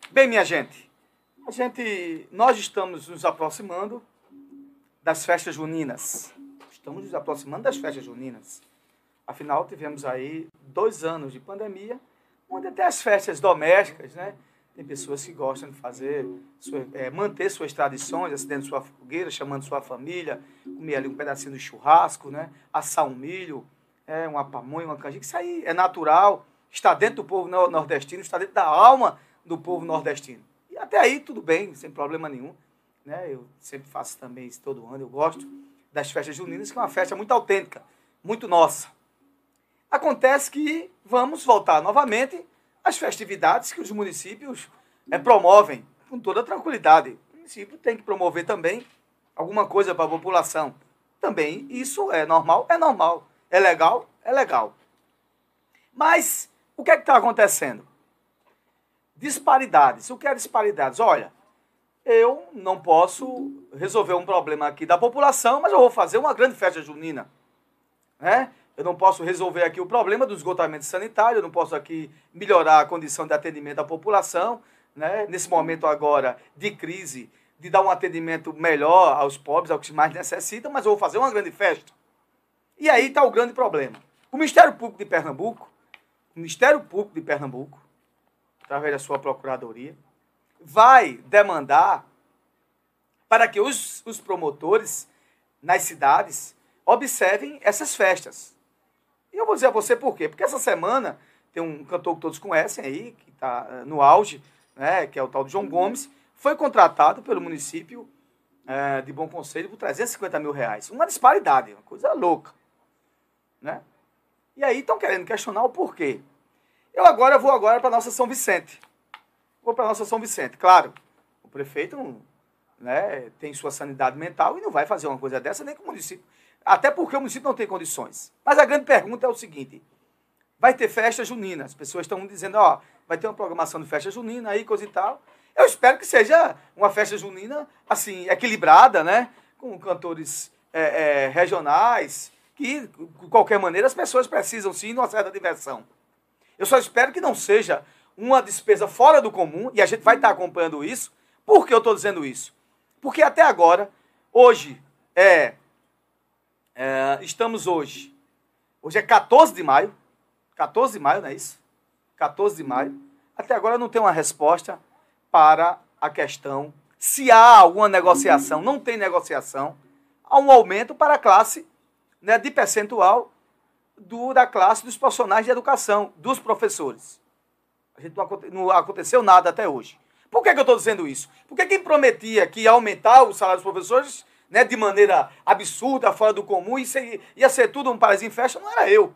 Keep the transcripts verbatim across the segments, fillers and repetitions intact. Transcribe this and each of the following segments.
Bem, minha gente, a gente, nós estamos nos aproximando das festas juninas. Estamos nos aproximando das festas juninas. Afinal, tivemos aí dois anos de pandemia, onde até as festas domésticas, né? Tem pessoas que gostam de fazer, sua, é, manter suas tradições, acendendo sua fogueira, chamando sua família, comer ali um pedacinho de churrasco, né? Assar um milho, é, uma pamonha, uma canjica. Isso aí é natural, está dentro do povo nordestino, está dentro da alma do povo nordestino. E até aí tudo bem, sem problema nenhum. Né? Eu sempre faço também isso todo ano, eu gosto das festas juninas, que é uma festa muito autêntica, muito nossa. Acontece que vamos voltar novamente às festividades que os municípios é, promovem com toda tranquilidade. O município tem que promover também alguma coisa para a população. Também isso é normal, é normal. É legal, é legal. Mas o que é que está acontecendo? Disparidades. O que é disparidades? Olha, eu não posso resolver um problema aqui da população, mas eu vou fazer uma grande festa junina. Né? Eu não posso resolver aqui o problema do esgotamento sanitário, eu não posso aqui melhorar a condição de atendimento da população, né? Nesse momento agora de crise, de dar um atendimento melhor aos pobres, aos que mais necessitam, mas eu vou fazer uma grande festa. E aí está o grande problema. O Ministério Público de Pernambuco, o Ministério Público de Pernambuco, através da sua procuradoria, vai demandar para que os, os promotores nas cidades observem essas festas. E eu vou dizer a você por quê. Porque essa semana tem um cantor que todos conhecem aí, que está no auge, né, que é o tal de João Gomes, foi contratado pelo município é, de Bom Conselho por trezentos e cinquenta mil reais. Uma disparidade, uma coisa louca. Né? E aí estão querendo questionar o porquê. Eu agora vou agora para a nossa São Vicente. Vou para a nossa São Vicente. Claro, o prefeito né, tem sua sanidade mental e não vai fazer uma coisa dessa nem com o município. Até porque o município não tem condições. Mas a grande pergunta é o seguinte: vai ter festa junina? As pessoas estão dizendo, ó, vai ter uma programação de festa junina aí, coisa e tal. Eu espero que seja uma festa junina, assim, equilibrada, né? Com cantores é, é, regionais, que, de qualquer maneira, as pessoas precisam, sim, de uma certa diversão. Eu só espero que não seja uma despesa fora do comum, e a gente vai estar acompanhando isso. Por que eu estou dizendo isso? Porque até agora, hoje, é, é, estamos hoje, hoje é quatorze de maio, quatorze de maio, não é isso? quatorze de maio, até agora não tem uma resposta para a questão se há alguma negociação, não tem negociação, há um aumento para a classe, né, de percentual do, da classe dos profissionais de educação, dos professores. A gente não, não aconteceu nada até hoje. Por que, que eu estou dizendo isso? Porque quem prometia que ia aumentar o salário dos professores, né, de maneira absurda, fora do comum, isso ia, ia ser tudo um paraíso em festa, não era eu.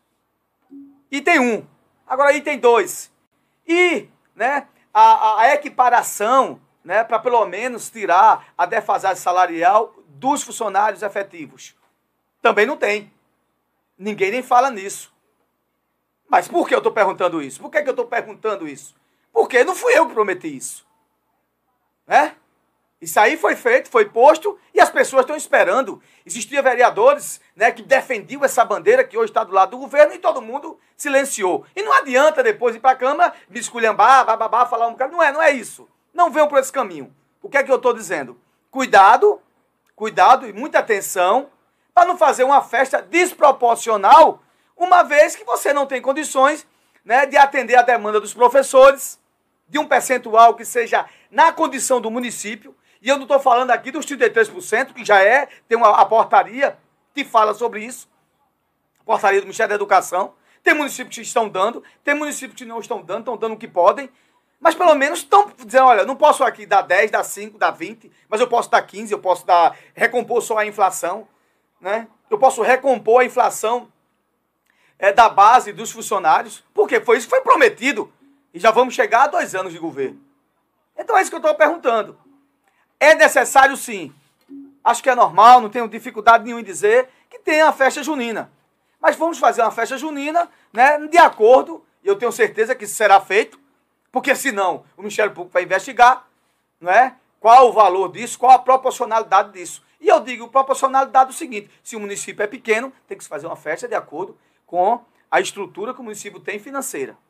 Item um. Agora, item dois. E né, a, a, a equiparação, né, para pelo menos tirar a defasagem salarial dos funcionários efetivos. Também não tem. Ninguém nem fala nisso. Mas por que eu estou perguntando isso? Por que, que eu estou perguntando isso? Porque não fui eu que prometi isso. Né? Isso aí foi feito, foi posto, e as pessoas estão esperando. Existiam vereadores, né, que defendiam essa bandeira que hoje está do lado do governo e todo mundo silenciou. E não adianta depois ir para a Câmara, me esculhambar, bababá, falar um bocado. Não é, não é isso. Não venham por esse caminho. O que é que eu estou dizendo? Cuidado, cuidado e muita atenção para não fazer uma festa desproporcional, uma vez que você não tem condições, né, de atender a demanda dos professores, de um percentual que seja na condição do município. E eu não estou falando aqui dos trinta e três por cento, que já é, tem uma, a portaria que fala sobre isso, a portaria do Ministério da Educação. Tem municípios que estão dando, tem municípios que não estão dando, estão dando o que podem, mas pelo menos estão dizendo, olha, não posso aqui dar dez, dar cinco, dar vinte, mas eu posso dar quinze, eu posso dar, recompor só a inflação, né? Eu posso recompor a inflação é, da base dos funcionários, porque foi isso que foi prometido, e já vamos chegar a dois anos de governo. Então é isso que eu estou perguntando. É necessário, sim. Acho que é normal, não tenho dificuldade nenhuma em dizer que tem a festa junina. Mas vamos fazer uma festa junina, né, de acordo, e eu tenho certeza que isso será feito, porque senão o Ministério Público vai investigar, não é? Qual o valor disso, qual a proporcionalidade disso. E eu digo proporcionalidade do seguinte: se o município é pequeno, tem que se fazer uma festa de acordo com a estrutura que o município tem financeira.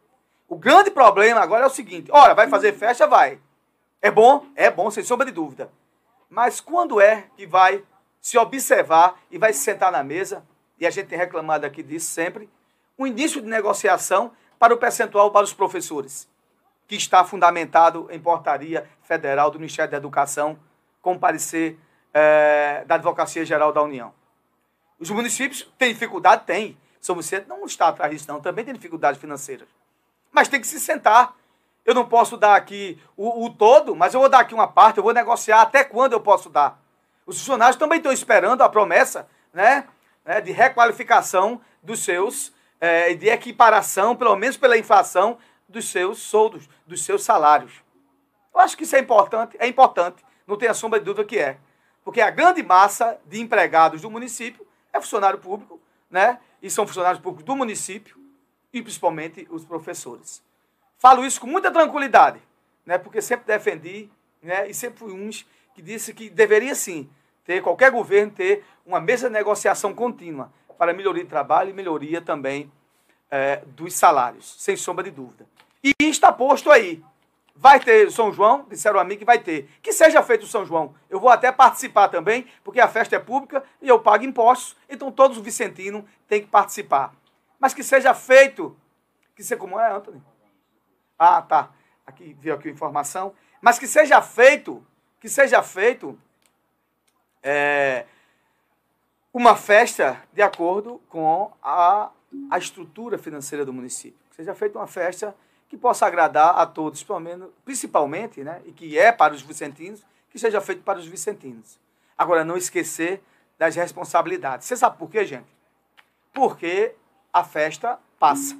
O grande problema agora é o seguinte, ora, vai fazer festa? Vai. É bom? É bom, sem sombra de dúvida. Mas quando é que vai se observar e vai se sentar na mesa, e a gente tem reclamado aqui disso sempre, o início de negociação para o percentual para os professores, que está fundamentado em portaria federal do Ministério da Educação, com parecer é, da Advocacia Geral da União. Os municípios têm dificuldade? Tem. São Vicente não está atrás disso, não. Também tem dificuldades financeiras. Mas tem que se sentar. Eu não posso dar aqui o, o todo, mas eu vou dar aqui uma parte, eu vou negociar até quando eu posso dar. Os funcionários também estão esperando a promessa, né, né, de requalificação dos seus, é, de equiparação, pelo menos pela inflação, dos seus soldos, dos seus salários. Eu acho que isso é importante, é importante, não tenha sombra de dúvida que é. Porque a grande massa de empregados do município é funcionário público, né, e são funcionários públicos do município, e principalmente os professores. Falo isso com muita tranquilidade, né, porque sempre defendi, né, e sempre fui uns que disse que deveria sim ter, qualquer governo ter uma mesa de negociação contínua para melhoria de trabalho e melhoria também é, dos salários, sem sombra de dúvida. E está posto aí. Vai ter São João, disseram a mim que vai ter. Que seja feito o São João. Eu vou até participar também, porque a festa é pública e eu pago impostos, então todos os vicentinos têm que participar. Mas que seja feito, que seja como é, Antônio? Ah, tá. Aqui veio aqui a informação. Mas que seja feito, que seja feito é, uma festa de acordo com a, a estrutura financeira do município. Que seja feita uma festa que possa agradar a todos, pelo menos, principalmente, né, e que é para os vicentinos, que seja feito para os vicentinos. Agora, não esquecer das responsabilidades. Você sabe por quê, gente? Porque a festa passa.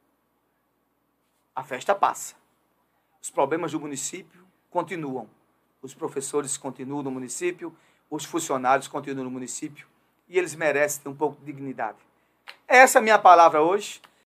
A festa passa. Os problemas do município continuam. Os professores continuam no município, os funcionários continuam no município, e eles merecem ter um pouco de dignidade. Essa é a minha palavra hoje.